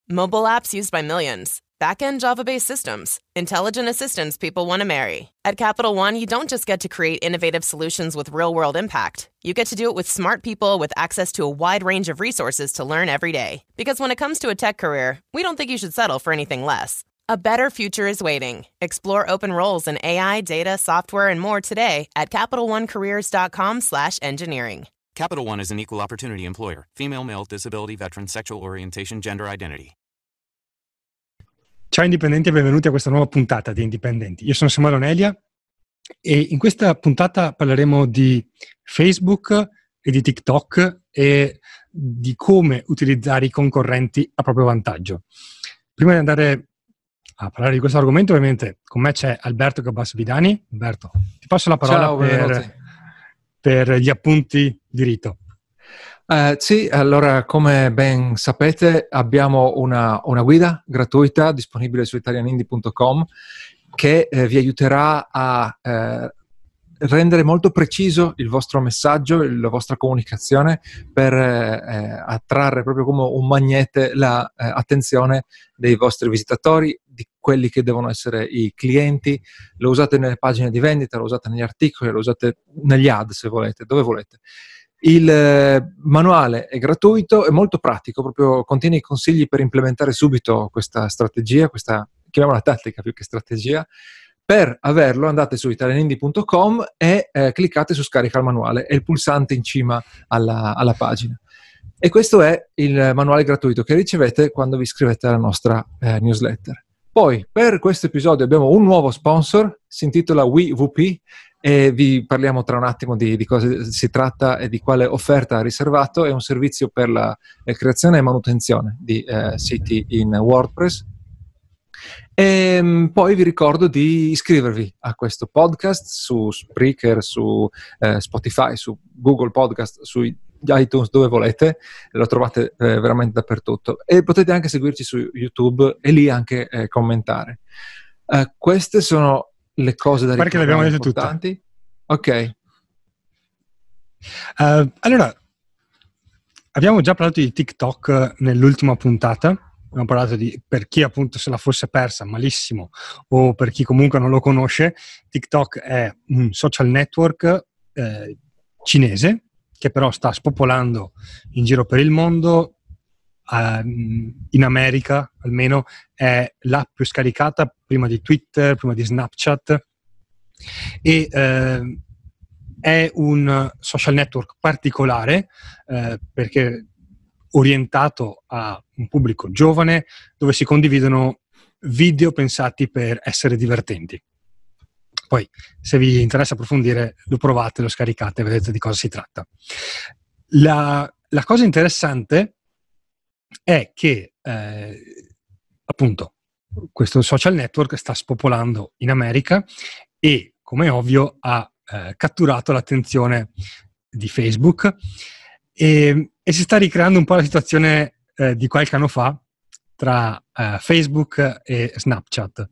Mobile apps used by millions. Back-end Java-based systems. Intelligent assistants people want to marry. At Capital One, you don't just get to create innovative solutions with real-world impact. You get to do it with smart people with access to a wide range of resources to learn every day. Because when it comes to a tech career, we don't think you should settle for anything less. A better future is waiting. Explore open roles in AI, data, software, and more today at CapitalOneCareers.com/engineering. Capital One is an equal opportunity employer. Female, male, disability, veteran, sexual orientation, gender identity. Ciao indipendenti e benvenuti a questa nuova puntata di Indipendenti. Io sono Samuele Onelia e in questa puntata parleremo di Facebook e di TikTok e di come utilizzare i concorrenti a proprio vantaggio. Prima di andare a parlare di questo argomento, ovviamente con me c'è Alberto Gabas Vidani. Alberto, ti passo la parola. Ciao, per gli appunti di rito. Sì, allora come ben sapete abbiamo una guida gratuita disponibile su italianindie.com che vi aiuterà a rendere molto preciso il vostro messaggio, la vostra comunicazione per attrarre proprio come un magnete l'attenzione dei vostri visitatori, di quelli che devono essere i clienti. Lo usate nelle pagine di vendita, lo usate negli articoli, lo usate negli ad se volete, dove volete. Il manuale è gratuito, è molto pratico, proprio contiene i consigli per implementare subito questa strategia, questa chiamiamola tattica più che strategia. Per averlo andate su italianindie.com e cliccate su scarica il manuale, è il pulsante in cima alla pagina. E questo è il manuale gratuito che ricevete quando vi iscrivete alla nostra newsletter. Poi per questo episodio abbiamo un nuovo sponsor, si intitola WeVP, e vi parliamo tra un attimo di cosa si tratta e di quale offerta ha riservato. È un servizio per la creazione e manutenzione di siti in WordPress. E poi vi ricordo di iscrivervi a questo podcast su Spreaker, su Spotify, su Google Podcast, su iTunes, dove volete, lo trovate veramente dappertutto. E potete anche seguirci su YouTube e lì anche commentare. Queste sono le cose da ricordare, perché le abbiamo dette importanti. Ok. Allora, abbiamo già parlato di TikTok nell'ultima puntata. Abbiamo parlato di, per chi appunto se la fosse persa malissimo o per chi comunque non lo conosce, TikTok è un social network cinese che però sta spopolando in giro per il mondo. In America almeno è l'app più scaricata prima di Twitter, prima di Snapchat, e è un social network particolare perché orientato a un pubblico giovane, dove si condividono video pensati per essere divertenti. Poi se vi interessa approfondire lo provate, lo scaricate, vedete di cosa si tratta. La cosa interessante è che appunto questo social network sta spopolando in America e, come è ovvio, ha catturato l'attenzione di Facebook e si sta ricreando un po' la situazione di qualche anno fa tra Facebook e Snapchat.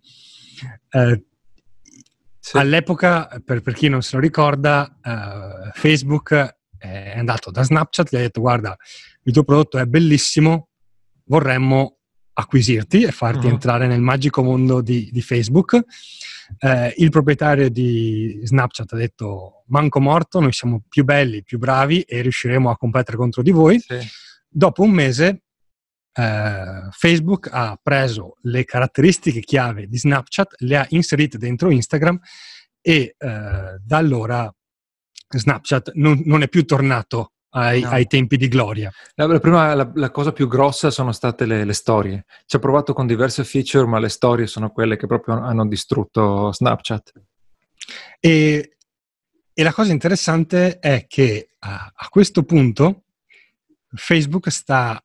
Sì. All'epoca, per chi non se lo ricorda, Facebook è andato da Snapchat, gli ha detto: guarda, il tuo prodotto è bellissimo, vorremmo acquisirti e farti entrare nel magico mondo di Facebook. Il proprietario di Snapchat ha detto: manco morto, noi siamo più belli, più bravi e riusciremo a competere contro di voi. Sì. Dopo un mese Facebook ha preso le caratteristiche chiave di Snapchat, le ha inserite dentro Instagram e da allora Snapchat non è più tornato ai tempi di gloria. La cosa più grossa sono state le storie. Ci ha provato con diverse feature, ma le storie sono quelle che proprio hanno distrutto Snapchat. E la cosa interessante è che a questo punto Facebook sta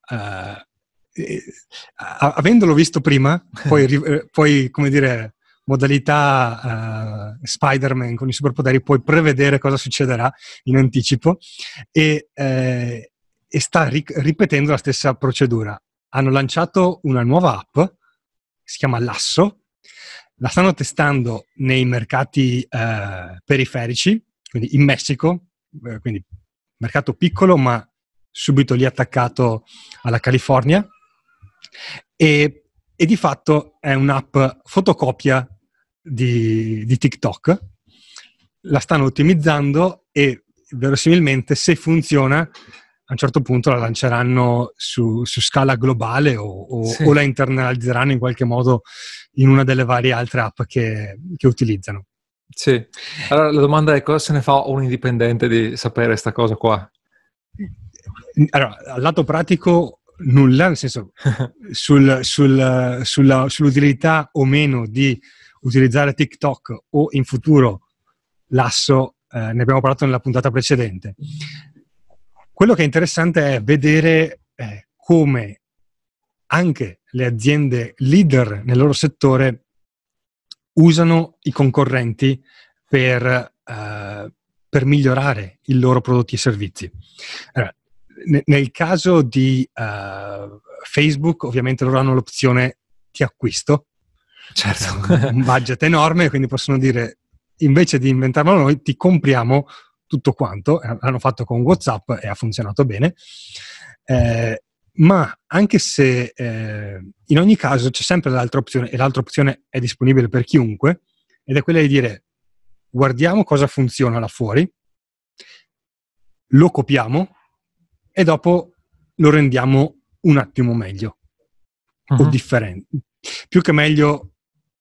avendolo visto prima, poi come dire, modalità Spider-Man con i superpoteri, puoi prevedere cosa succederà in anticipo e sta ripetendo la stessa procedura. Hanno lanciato una nuova app, si chiama Lasso, la stanno testando nei mercati periferici, quindi in Messico, quindi mercato piccolo ma subito lì attaccato alla California, e di fatto è un'app fotocopia di TikTok. La stanno ottimizzando e verosimilmente, se funziona, a un certo punto la lanceranno su scala globale o la internalizzeranno in qualche modo in una delle varie altre app che utilizzano. Sì. Allora la domanda è: cosa se ne fa un indipendente di sapere sta cosa qua? Allora, al lato pratico nulla, nel senso sull'utilità o meno di utilizzare TikTok o in futuro l'asso, ne abbiamo parlato nella puntata precedente. Quello che è interessante è vedere come anche le aziende leader nel loro settore usano i concorrenti per migliorare i loro prodotti e servizi. Allora, nel caso di Facebook, ovviamente loro hanno l'opzione di acquisto, certo, un budget enorme, quindi possono dire, invece di inventarlo noi, ti compriamo tutto quanto. L'hanno fatto con WhatsApp e ha funzionato bene, ma anche se in ogni caso c'è sempre l'altra opzione, e l'altra opzione è disponibile per chiunque, ed è quella di dire: guardiamo cosa funziona là fuori, lo copiamo e dopo lo rendiamo un attimo meglio o differente, più che meglio,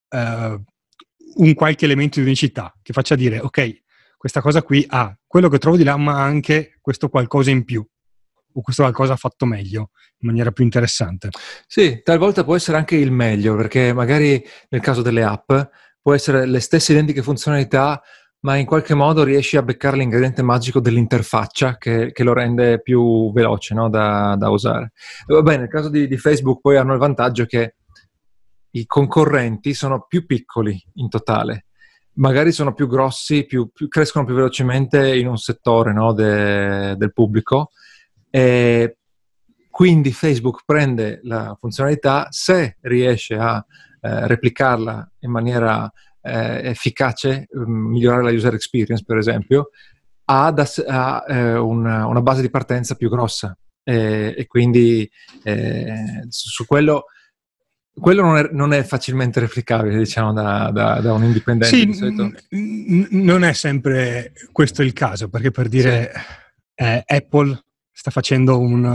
un qualche elemento di unicità che faccia dire: ok, questa cosa qui ha quello che trovo di là, ma anche questo qualcosa in più, o questo qualcosa fatto meglio, in maniera più interessante. Sì, talvolta può essere anche il meglio, perché magari nel caso delle app può essere le stesse identiche funzionalità, ma in qualche modo riesci a beccare l'ingrediente magico dell'interfaccia che lo rende più veloce, no, da usare. E vabbè, nel caso di Facebook poi hanno il vantaggio che i concorrenti sono più piccoli in totale, magari sono più grossi, crescono più velocemente in un settore, no, del pubblico, e quindi Facebook prende la funzionalità, se riesce a replicarla in maniera efficace, migliorare la user experience per esempio, ha una base di partenza più grossa, e quindi su quello non è facilmente replicabile, diciamo, da un indipendente. Sì, di solito. Non è sempre questo il caso, perché per dire Apple sta facendo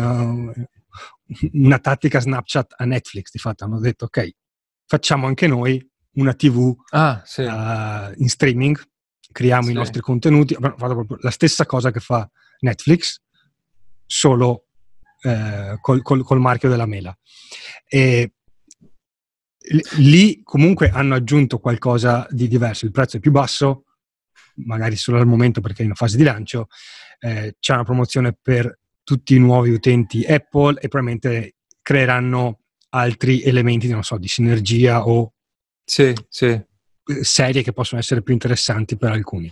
una tattica Snapchat a Netflix. Di fatto hanno detto: ok, facciamo anche noi una TV in streaming, creiamo i nostri contenuti. Abbiamo fatto proprio la stessa cosa che fa Netflix, solo col marchio della mela. E lì comunque hanno aggiunto qualcosa di diverso. Il prezzo è più basso, magari solo al momento perché è in fase di lancio. C'è una promozione per tutti i nuovi utenti Apple e probabilmente creeranno altri elementi, non so, di sinergia o serie che possono essere più interessanti per alcuni.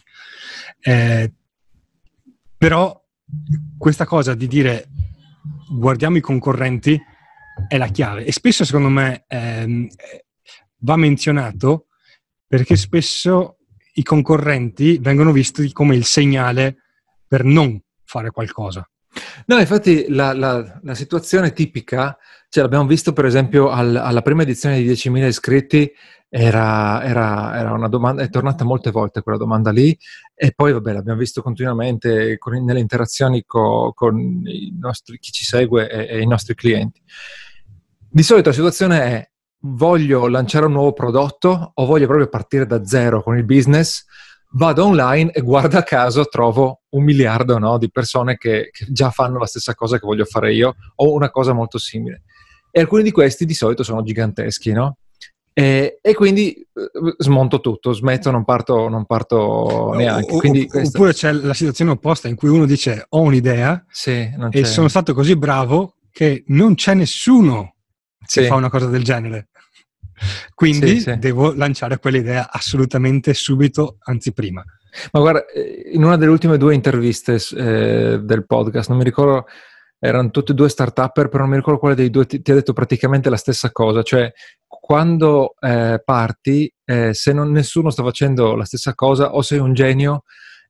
Però questa cosa di dire guardiamo i concorrenti è la chiave, e spesso secondo me va menzionato, perché spesso i concorrenti vengono visti come il segnale per non fare qualcosa. No, infatti la situazione tipica, cioè l'abbiamo visto per esempio alla prima edizione di 10.000 iscritti, era una domanda, è tornata molte volte quella domanda lì, e poi vabbè l'abbiamo visto continuamente nelle interazioni con chi ci segue e i nostri clienti. Di solito la situazione è: voglio lanciare un nuovo prodotto o voglio proprio partire da zero con il business, vado online e guarda caso trovo 1 miliardo, no, di persone che già fanno la stessa cosa che voglio fare io o una cosa molto simile, e alcuni di questi di solito sono giganteschi, no? E quindi smonto tutto, smetto, non parto neanche. Quindi oppure c'è la situazione opposta in cui uno dice: ho un'idea e sono stato così bravo che non c'è nessuno che fa una cosa del genere, quindi devo lanciare quell'idea assolutamente subito, anzi prima. Ma guarda, in una delle ultime 2 interviste del podcast, non mi ricordo, erano tutti e 2 start-upper, però non mi ricordo quale dei 2 ti ha detto praticamente la stessa cosa, cioè quando parti, se nessuno sta facendo la stessa cosa, o sei un genio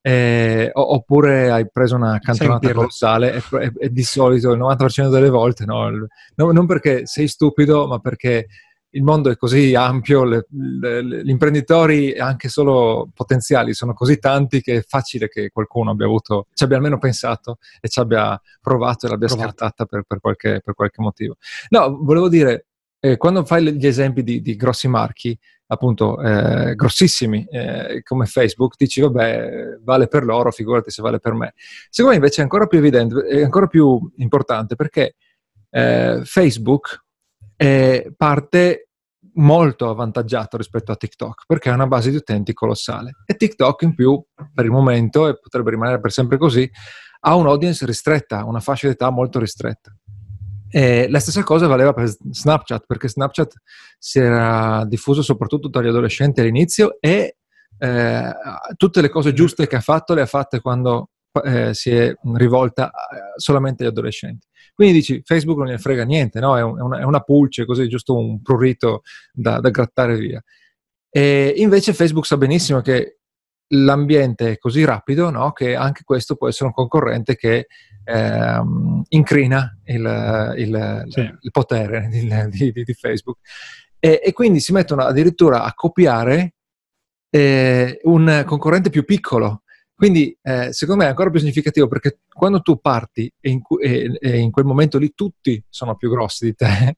oppure hai preso una cantonata colossale e di solito il 90% delle volte non perché sei stupido, ma perché il mondo è così ampio, gli imprenditori anche solo potenziali sono così tanti che è facile che qualcuno ci abbia almeno pensato e ci abbia provato e l'abbia scartata per qualche motivo. No, volevo dire, quando fai gli esempi di grossi marchi, appunto grossissimi come Facebook, dici vabbè, vale per loro, figurati se vale per me. Secondo me invece è ancora più evidente, è ancora più importante, perché Facebook parte molto avvantaggiato rispetto a TikTok, perché ha una base di utenti colossale, e TikTok in più per il momento, e potrebbe rimanere per sempre così, ha un'audience ristretta, una fascia d'età molto ristretta. E la stessa cosa valeva per Snapchat, perché Snapchat si era diffuso soprattutto tra gli adolescenti all'inizio, e tutte le cose giuste che ha fatto le ha fatte quando si è rivolta solamente agli adolescenti. Quindi dici, Facebook non ne frega niente, no? È una pulce, così, giusto un prurito da grattare via. E invece Facebook sa benissimo che l'ambiente è così rapido, no? Che anche questo può essere un concorrente che incrina il potere di Facebook. E quindi si mettono addirittura a copiare un concorrente più piccolo. Quindi secondo me è ancora più significativo, perché quando tu parti e in quel momento lì tutti sono più grossi di te,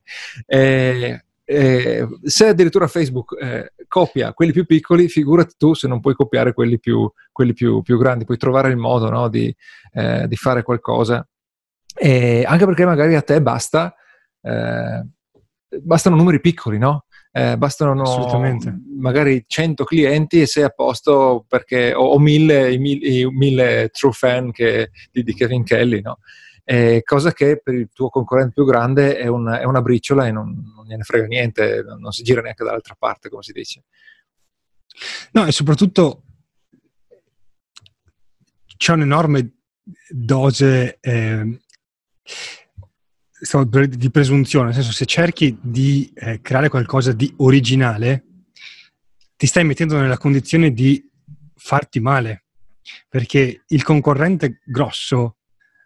se addirittura Facebook copia quelli più piccoli, figurati tu se non puoi copiare quelli più grandi, puoi trovare il modo, no, di fare qualcosa, anche perché magari a te bastano numeri piccoli, no? Bastano magari 100 clienti e sei a posto, perché ho 1000 true fan di Kevin Kelly, no? Cosa che per il tuo concorrente più grande è una briciola e non gliene frega niente, non si gira neanche dall'altra parte, come si dice. No, e soprattutto c'è un'enorme dose di presunzione, nel senso, se cerchi di creare qualcosa di originale, ti stai mettendo nella condizione di farti male, perché il concorrente grosso,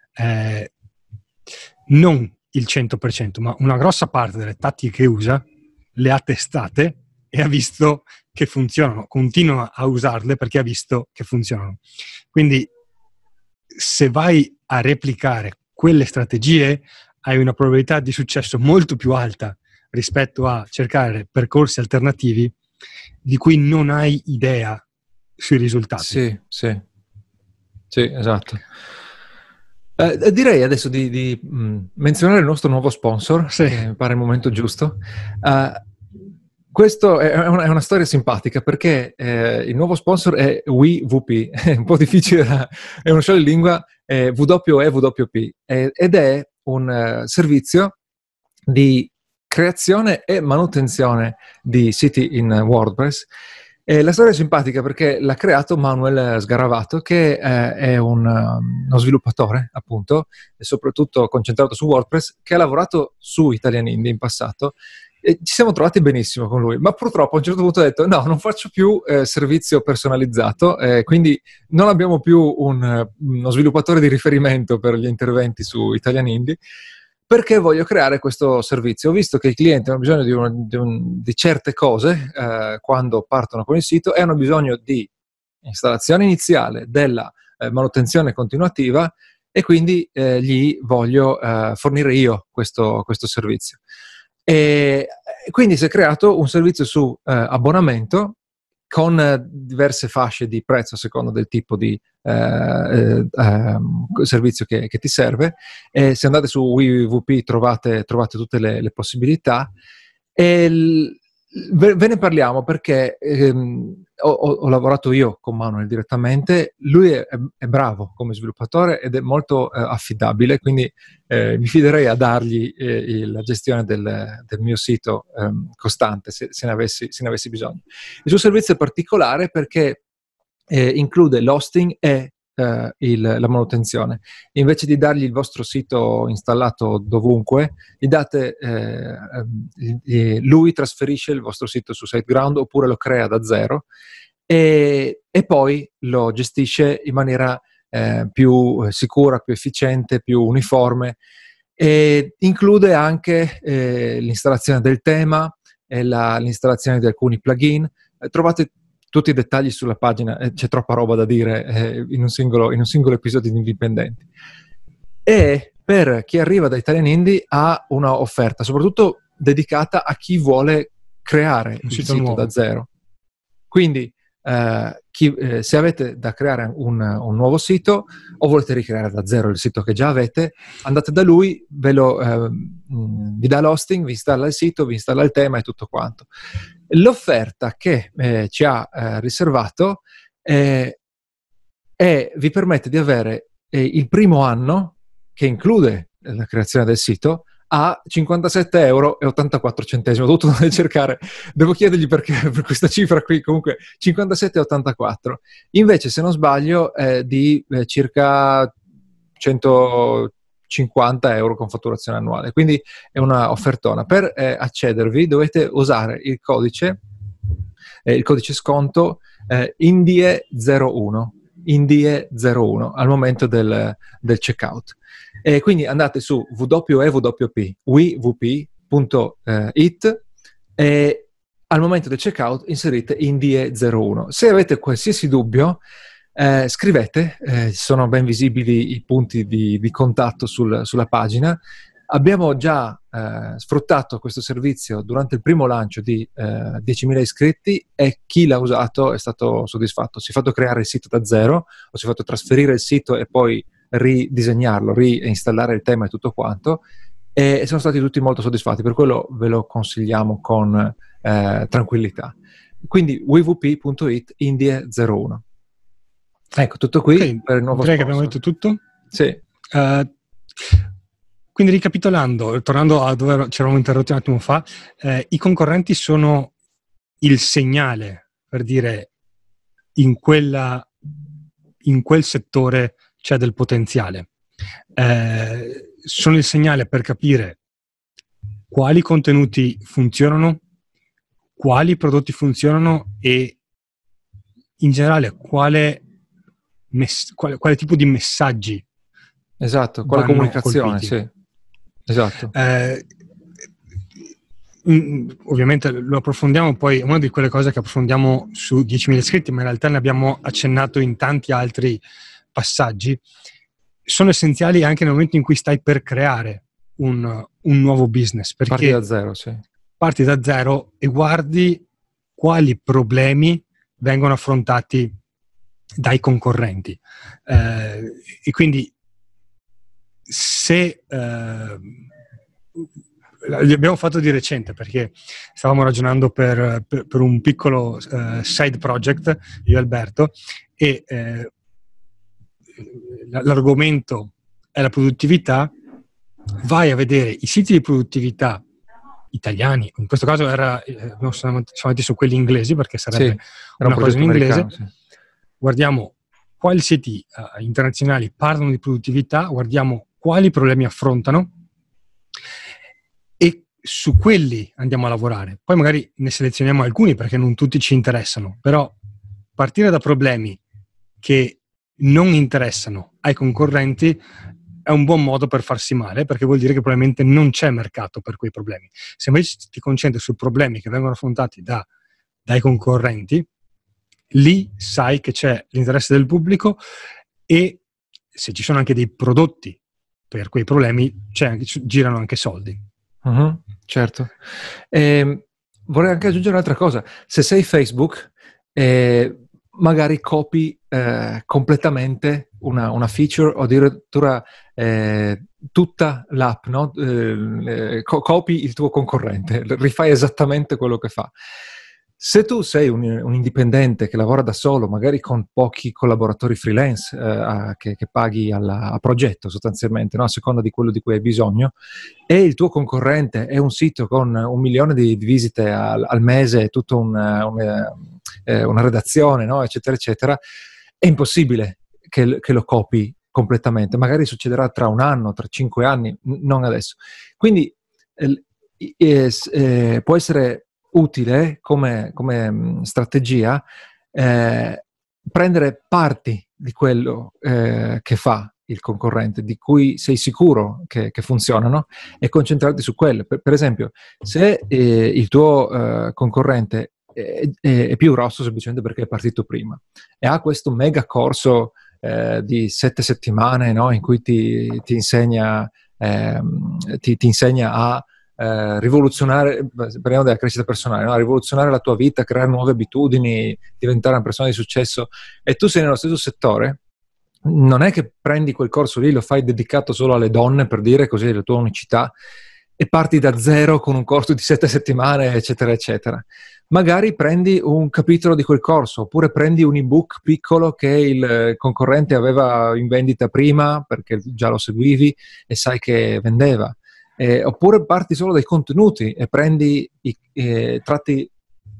non il 100%, ma una grossa parte delle tattiche che usa le ha testate e ha visto che funzionano, continua a usarle perché ha visto che funzionano. Quindi se vai a replicare quelle strategie hai una probabilità di successo molto più alta rispetto a cercare percorsi alternativi di cui non hai idea sui risultati. Sì, esatto. Direi adesso di menzionare il nostro nuovo sponsor, che mi pare il momento giusto. Questo è una storia simpatica, perché il nuovo sponsor è WeWP, è un po' difficile, è uno scioglilingua, WEWP, ed è un servizio di creazione e manutenzione di siti in WordPress. La storia è simpatica perché l'ha creato Manuel Sgaravato, che è uno sviluppatore, appunto, e soprattutto concentrato su WordPress, che ha lavorato su Italian Indie in passato. E ci siamo trovati benissimo con lui, ma purtroppo a un certo punto ha detto no, non faccio più servizio personalizzato, quindi non abbiamo più uno sviluppatore di riferimento per gli interventi su Italian Indie, perché voglio creare questo servizio. Ho visto che i clienti hanno bisogno di certe cose quando partono con il sito, e hanno bisogno di installazione iniziale, della manutenzione continuativa, e quindi gli voglio fornire io questo servizio. E quindi si è creato un servizio su abbonamento con diverse fasce di prezzo a seconda del tipo di servizio che ti serve. E se andate su WeWP trovate tutte le possibilità, e ve ne parliamo perché ho lavorato io con Manuel direttamente. Lui è bravo come sviluppatore ed è molto affidabile, quindi mi fiderei a dargli la gestione del mio sito costante se ne avessi bisogno. Il suo servizio è particolare perché include l'hosting e la manutenzione. Invece di dargli il vostro sito installato dovunque, gli date, lui trasferisce il vostro sito su SiteGround oppure lo crea da zero, e poi lo gestisce in maniera più sicura, più efficiente, più uniforme, e include anche l'installazione del tema e l'installazione di alcuni plugin. Trovate tutti i dettagli sulla pagina, c'è troppa roba da dire in un singolo episodio di Indipendenti. E per chi arriva da Italian Indie ha una offerta, soprattutto dedicata a chi vuole creare un sito nuovo da zero. Quindi se avete da creare un nuovo sito o volete ricreare da zero il sito che già avete, andate da lui, vi dà l'hosting, vi installa il sito, vi installa il tema e tutto quanto. L'offerta che ci ha riservato vi permette di avere il primo anno, che include la creazione del sito, a 57,84 €. Ho dovuto cercare, devo chiedergli perché per questa cifra qui, comunque 57,84 €. Invece, se non sbaglio, è di circa 150 € con fatturazione annuale. Quindi è una offertona. Per accedervi dovete usare il codice sconto INDIE01 al momento del checkout. E quindi andate su www.it e al momento del checkout inserite INDIE01. Se avete qualsiasi dubbio, scrivete, sono ben visibili i punti di contatto sulla pagina. Abbiamo già sfruttato questo servizio durante il primo lancio di 10.000 iscritti e chi l'ha usato è stato soddisfatto. Si è fatto creare il sito da zero, o si è fatto trasferire il sito e poi ridisegnarlo, reinstallare il tema e tutto quanto, e sono stati tutti molto soddisfatti, per quello ve lo consigliamo con tranquillità. Quindi www.it INDIE01. Ecco, tutto qui, okay, per il nuovo direi sponsor. Che abbiamo detto tutto. Sì. Quindi ricapitolando, tornando a dove ci eravamo interrotti un attimo fa, i concorrenti sono il segnale per dire in quel settore c'è del potenziale. Sono il segnale per capire quali contenuti funzionano, quali prodotti funzionano e in generale quale tipo di messaggi. Esatto, quale comunicazione, colpiti. Sì. Esatto. Ovviamente lo approfondiamo poi, una di quelle cose che approfondiamo su 10.000 iscritti, ma in realtà ne abbiamo accennato in tanti altri passaggi, sono essenziali anche nel momento in cui stai per creare un nuovo business, perché parti da zero, sì. Parti da zero e guardi quali problemi vengono affrontati dai concorrenti, e quindi se l'abbiamo fatto di recente perché stavamo ragionando per un piccolo side project, io e Alberto, e l'argomento è la produttività. Vai a vedere i siti di produttività italiani, in questo caso siamo andati su quelli inglesi perché sarebbe una cosa in inglese. Sì. Guardiamo quali siti internazionali parlano di produttività, guardiamo quali problemi affrontano e su quelli andiamo a lavorare. Poi magari ne selezioniamo alcuni perché non tutti ci interessano, però partire da problemi che non interessano ai concorrenti è un buon modo per farsi male, perché vuol dire che probabilmente non c'è mercato per quei problemi. Se invece ti concentri su problemi che vengono affrontati dai concorrenti, lì sai che c'è l'interesse del pubblico e se ci sono anche dei prodotti per quei problemi, girano anche soldi. Uh-huh, certo. Vorrei anche aggiungere un'altra cosa. Se sei Facebook, magari copi completamente una feature o addirittura tutta l'app, no? Copi il tuo concorrente, rifai esattamente quello che fa. Se tu sei un indipendente che lavora da solo, magari con pochi collaboratori freelance che paghi a progetto sostanzialmente, no? A seconda di quello di cui hai bisogno, e il tuo concorrente è un sito con 1 milione di visite al mese, tutta una redazione, no? Eccetera, eccetera, è impossibile che lo copi completamente. Magari succederà tra 1 anno, tra 5 anni, non adesso. Quindi può essere utile come strategia prendere parti di quello che fa il concorrente, di cui sei sicuro che funzionano, e concentrarti su quello. Per esempio, se il tuo concorrente è più grosso semplicemente perché è partito prima e ha questo mega corso di 7 settimane, no? In cui ti insegna a rivoluzionare, parliamo della crescita personale, no? A rivoluzionare la tua vita, creare nuove abitudini, diventare una persona di successo, e tu sei nello stesso settore, non è che prendi quel corso lì, lo fai dedicato solo alle donne, per dire, così è la tua unicità, e parti da zero con un corso di 7 settimane, eccetera, eccetera. Magari prendi un capitolo di quel corso, oppure prendi un ebook piccolo che il concorrente aveva in vendita prima, perché già lo seguivi e sai che vendeva. Oppure parti solo dai contenuti e tratti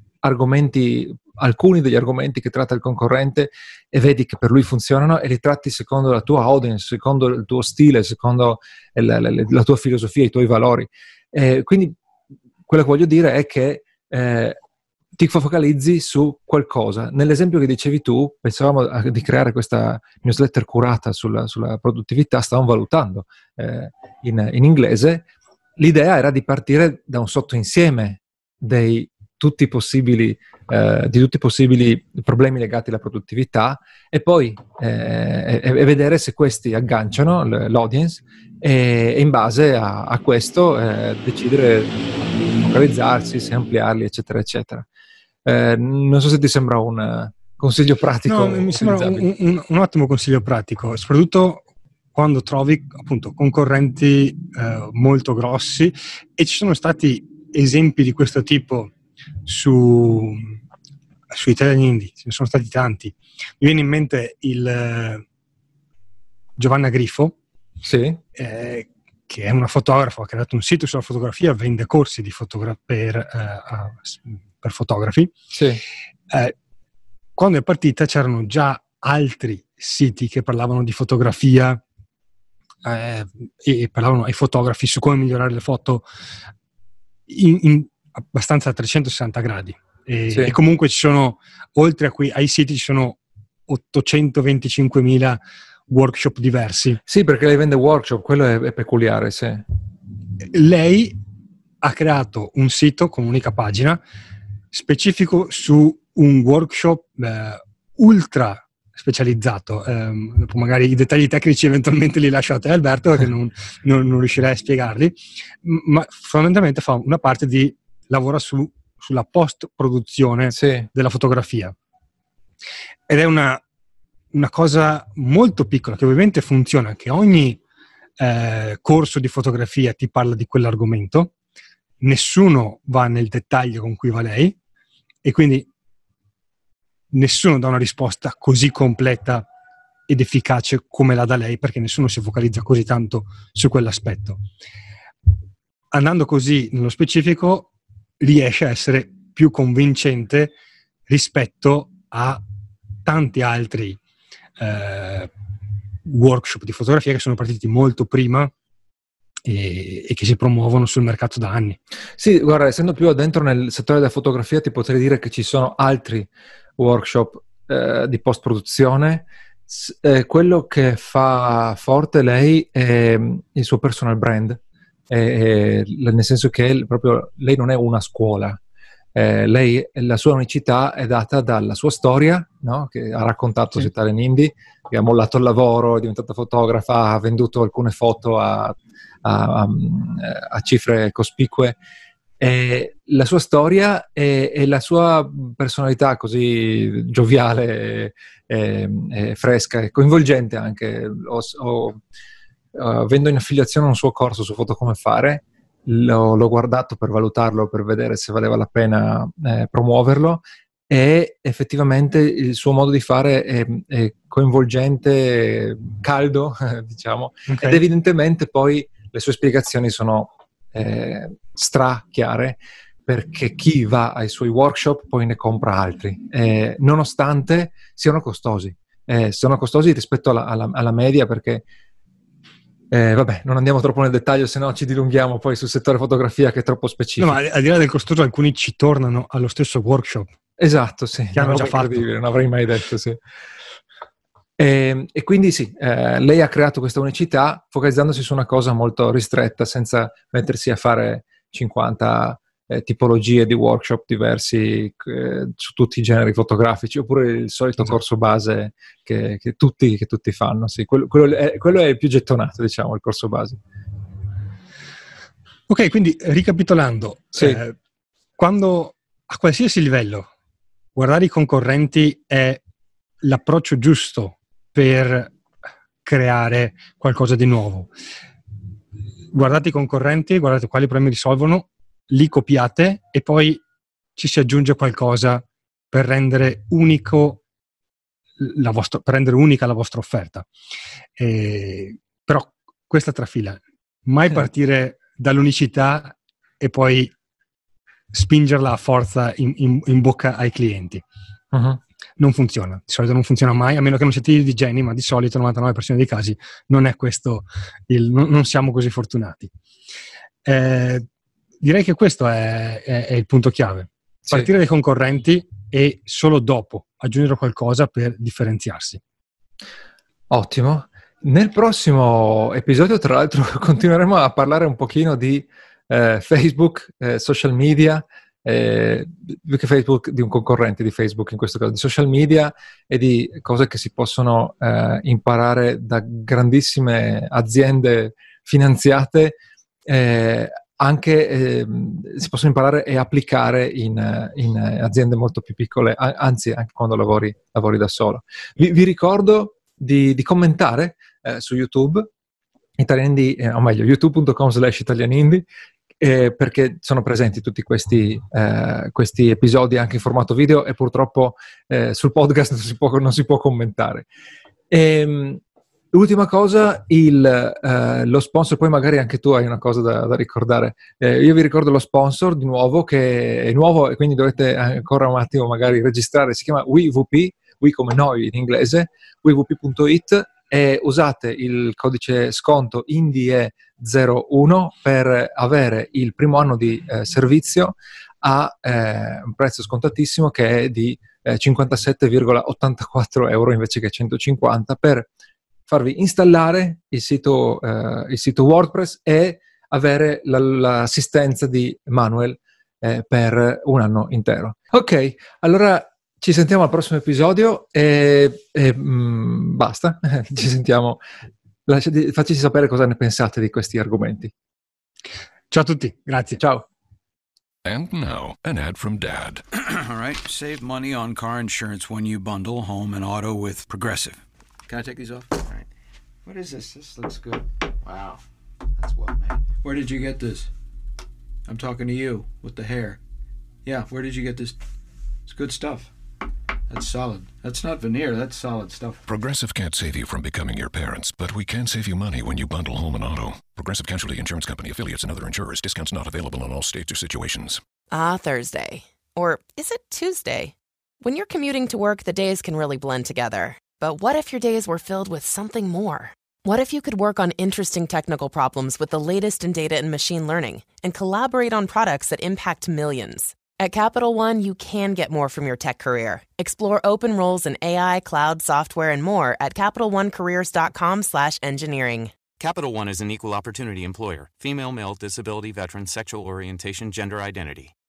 alcuni degli argomenti che tratta il concorrente e vedi che per lui funzionano, e li tratti secondo la tua audience, secondo il tuo stile, secondo la tua filosofia, i tuoi valori. Quindi quello che voglio dire è che ti focalizzi su qualcosa. Nell'esempio che dicevi tu, pensavamo di creare questa newsletter curata sulla produttività, stavamo valutando in inglese. L'idea era di partire da un sottoinsieme di tutti i possibili problemi legati alla produttività, e poi vedere se questi agganciano l'audience, e in base a questo decidere se focalizzarsi, se ampliarli, eccetera, eccetera. Non so se ti sembra un consiglio pratico. No, mi sembra un ottimo consiglio pratico, soprattutto quando trovi appunto concorrenti molto grossi, e ci sono stati esempi di questo tipo su Italian Indie, ce ne sono stati tanti. Mi viene in mente il Giovanna Grifo, sì. Che è una fotografa, ha creato un sito sulla fotografia, vende corsi di per fotografi. Sì. Quando è partita c'erano già altri siti che parlavano di fotografia e parlavano ai fotografi su come migliorare le foto in abbastanza a 360 gradi. Sì. E comunque ci sono, oltre ai siti, ci sono 825.000 workshop diversi. Sì, perché lei vende workshop, quello è peculiare, sì. Lei ha creato un sito con un'unica pagina specifico su un workshop ultra specializzato. Magari i dettagli tecnici eventualmente li lascio a te, Alberto, perché non riuscirei a spiegarli, ma fondamentalmente fa una parte di lavora sulla post-produzione, sì, della fotografia. Ed è una cosa molto piccola che ovviamente funziona, che ogni corso di fotografia ti parla di quell'argomento, nessuno va nel dettaglio con cui va lei, e quindi nessuno dà una risposta così completa ed efficace come la dà lei, perché nessuno si focalizza così tanto su quell'aspetto. Andando così nello specifico, riesce a essere più convincente rispetto a tanti altri workshop di fotografia che sono partiti molto prima e che si promuovono sul mercato da anni. Sì, guarda, essendo più addentro nel settore della fotografia, ti potrei dire che ci sono altri workshop di post-produzione. Quello che fa forte lei è il suo personal brand, nel senso che proprio lei non è una scuola. Lei, la sua unicità è data dalla sua storia, no? Che ha raccontato, sì, su Italian Indie, che ha mollato il lavoro, è diventata fotografa, ha venduto alcune foto a cifre cospicue. La sua storia e la sua personalità così gioviale e fresca e coinvolgente anche. Avendo in affiliazione un suo corso su foto come fare, l'ho guardato per valutarlo, per vedere se valeva la pena promuoverlo, e effettivamente il suo modo di fare è coinvolgente, caldo, diciamo, okay. Ed evidentemente poi le sue spiegazioni sono strachiare, perché chi va ai suoi workshop poi ne compra altri, nonostante siano costosi. Sono costosi rispetto alla media, perché vabbè, non andiamo troppo nel dettaglio, se no ci dilunghiamo poi sul settore fotografia, che è troppo specifico. No, ma al di là del costoso, alcuni ci tornano allo stesso workshop. Esatto, sì. Che hanno già fatto. Non avrei mai detto, sì. E quindi sì, lei ha creato questa unicità focalizzandosi su una cosa molto ristretta, senza mettersi a fare 50 tipologie di workshop diversi su tutti i generi fotografici, oppure il solito corso base che tutti fanno. Sì, quello è il più gettonato, diciamo, il corso base. Ok, quindi ricapitolando, sì. Quando a qualsiasi livello guardare i concorrenti è l'approccio giusto per creare qualcosa di nuovo. Guardate i concorrenti, guardate quali problemi risolvono, li copiate e poi ci si aggiunge qualcosa per rendere unica la vostra offerta. Però questa trafila, mai partire dall'unicità e poi spingerla a forza in bocca ai clienti. Uh-huh. Non funziona, di solito non funziona mai, a meno che non siete di geni, ma di solito 99% dei casi non è questo, non siamo così fortunati. Direi che questo è il punto chiave. Partire dai concorrenti e solo dopo aggiungere qualcosa per differenziarsi. Ottimo. Nel prossimo episodio, tra l'altro, continueremo a parlare un pochino di Facebook, social media, più che Facebook, di un concorrente di Facebook in questo caso, di social media e di cose che si possono imparare da grandissime aziende finanziate, anche si possono imparare e applicare in aziende molto più piccole, anzi anche quando lavori da solo. Vi ricordo di commentare su YouTube, o meglio, youtube.com/italianindie, perché sono presenti tutti questi episodi anche in formato video e purtroppo sul podcast non si può commentare. L'ultima cosa, lo sponsor, poi magari anche tu hai una cosa da ricordare. Io vi ricordo lo sponsor di nuovo, che è nuovo e quindi dovete ancora un attimo magari registrare, si chiama WeVP, We come noi in inglese, wevp.it, e usate il codice sconto INDIE01 per avere il primo anno di servizio a un prezzo scontatissimo che è di 57,84 euro invece che 150, per farvi installare il sito WordPress e avere l'assistenza di Manuel per un anno intero. Ok, allora ci sentiamo al prossimo episodio e basta, ci sentiamo. Fateci sapere cosa ne pensate di questi argomenti. Ciao a tutti, grazie. Ciao. And now, an ad from Dad. All right, save money on car insurance when you bundle home and auto with Progressive. Can I take these off? All right. What is this? This looks good. Wow, that's well made. Where did you get this? I'm talking to you with the hair. Yeah, where did you get this? It's good stuff. That's solid. That's not veneer, that's solid stuff. Progressive can't save you from becoming your parents, but we can save you money when you bundle home and auto. Progressive Casualty Insurance Company, affiliates, and other insurers. Discounts not available in all states or situations. Ah, Thursday. Or is it Tuesday? When you're commuting to work, the days can really blend together. But what if your days were filled with something more? What if you could work on interesting technical problems with the latest in data and machine learning and collaborate on products that impact millions? At Capital One, you can get more from your tech career. Explore open roles in AI, cloud, software, and more at CapitalOneCareers.com/engineering. Capital One is an equal opportunity employer. Female, male, disability, veteran, sexual orientation, gender identity.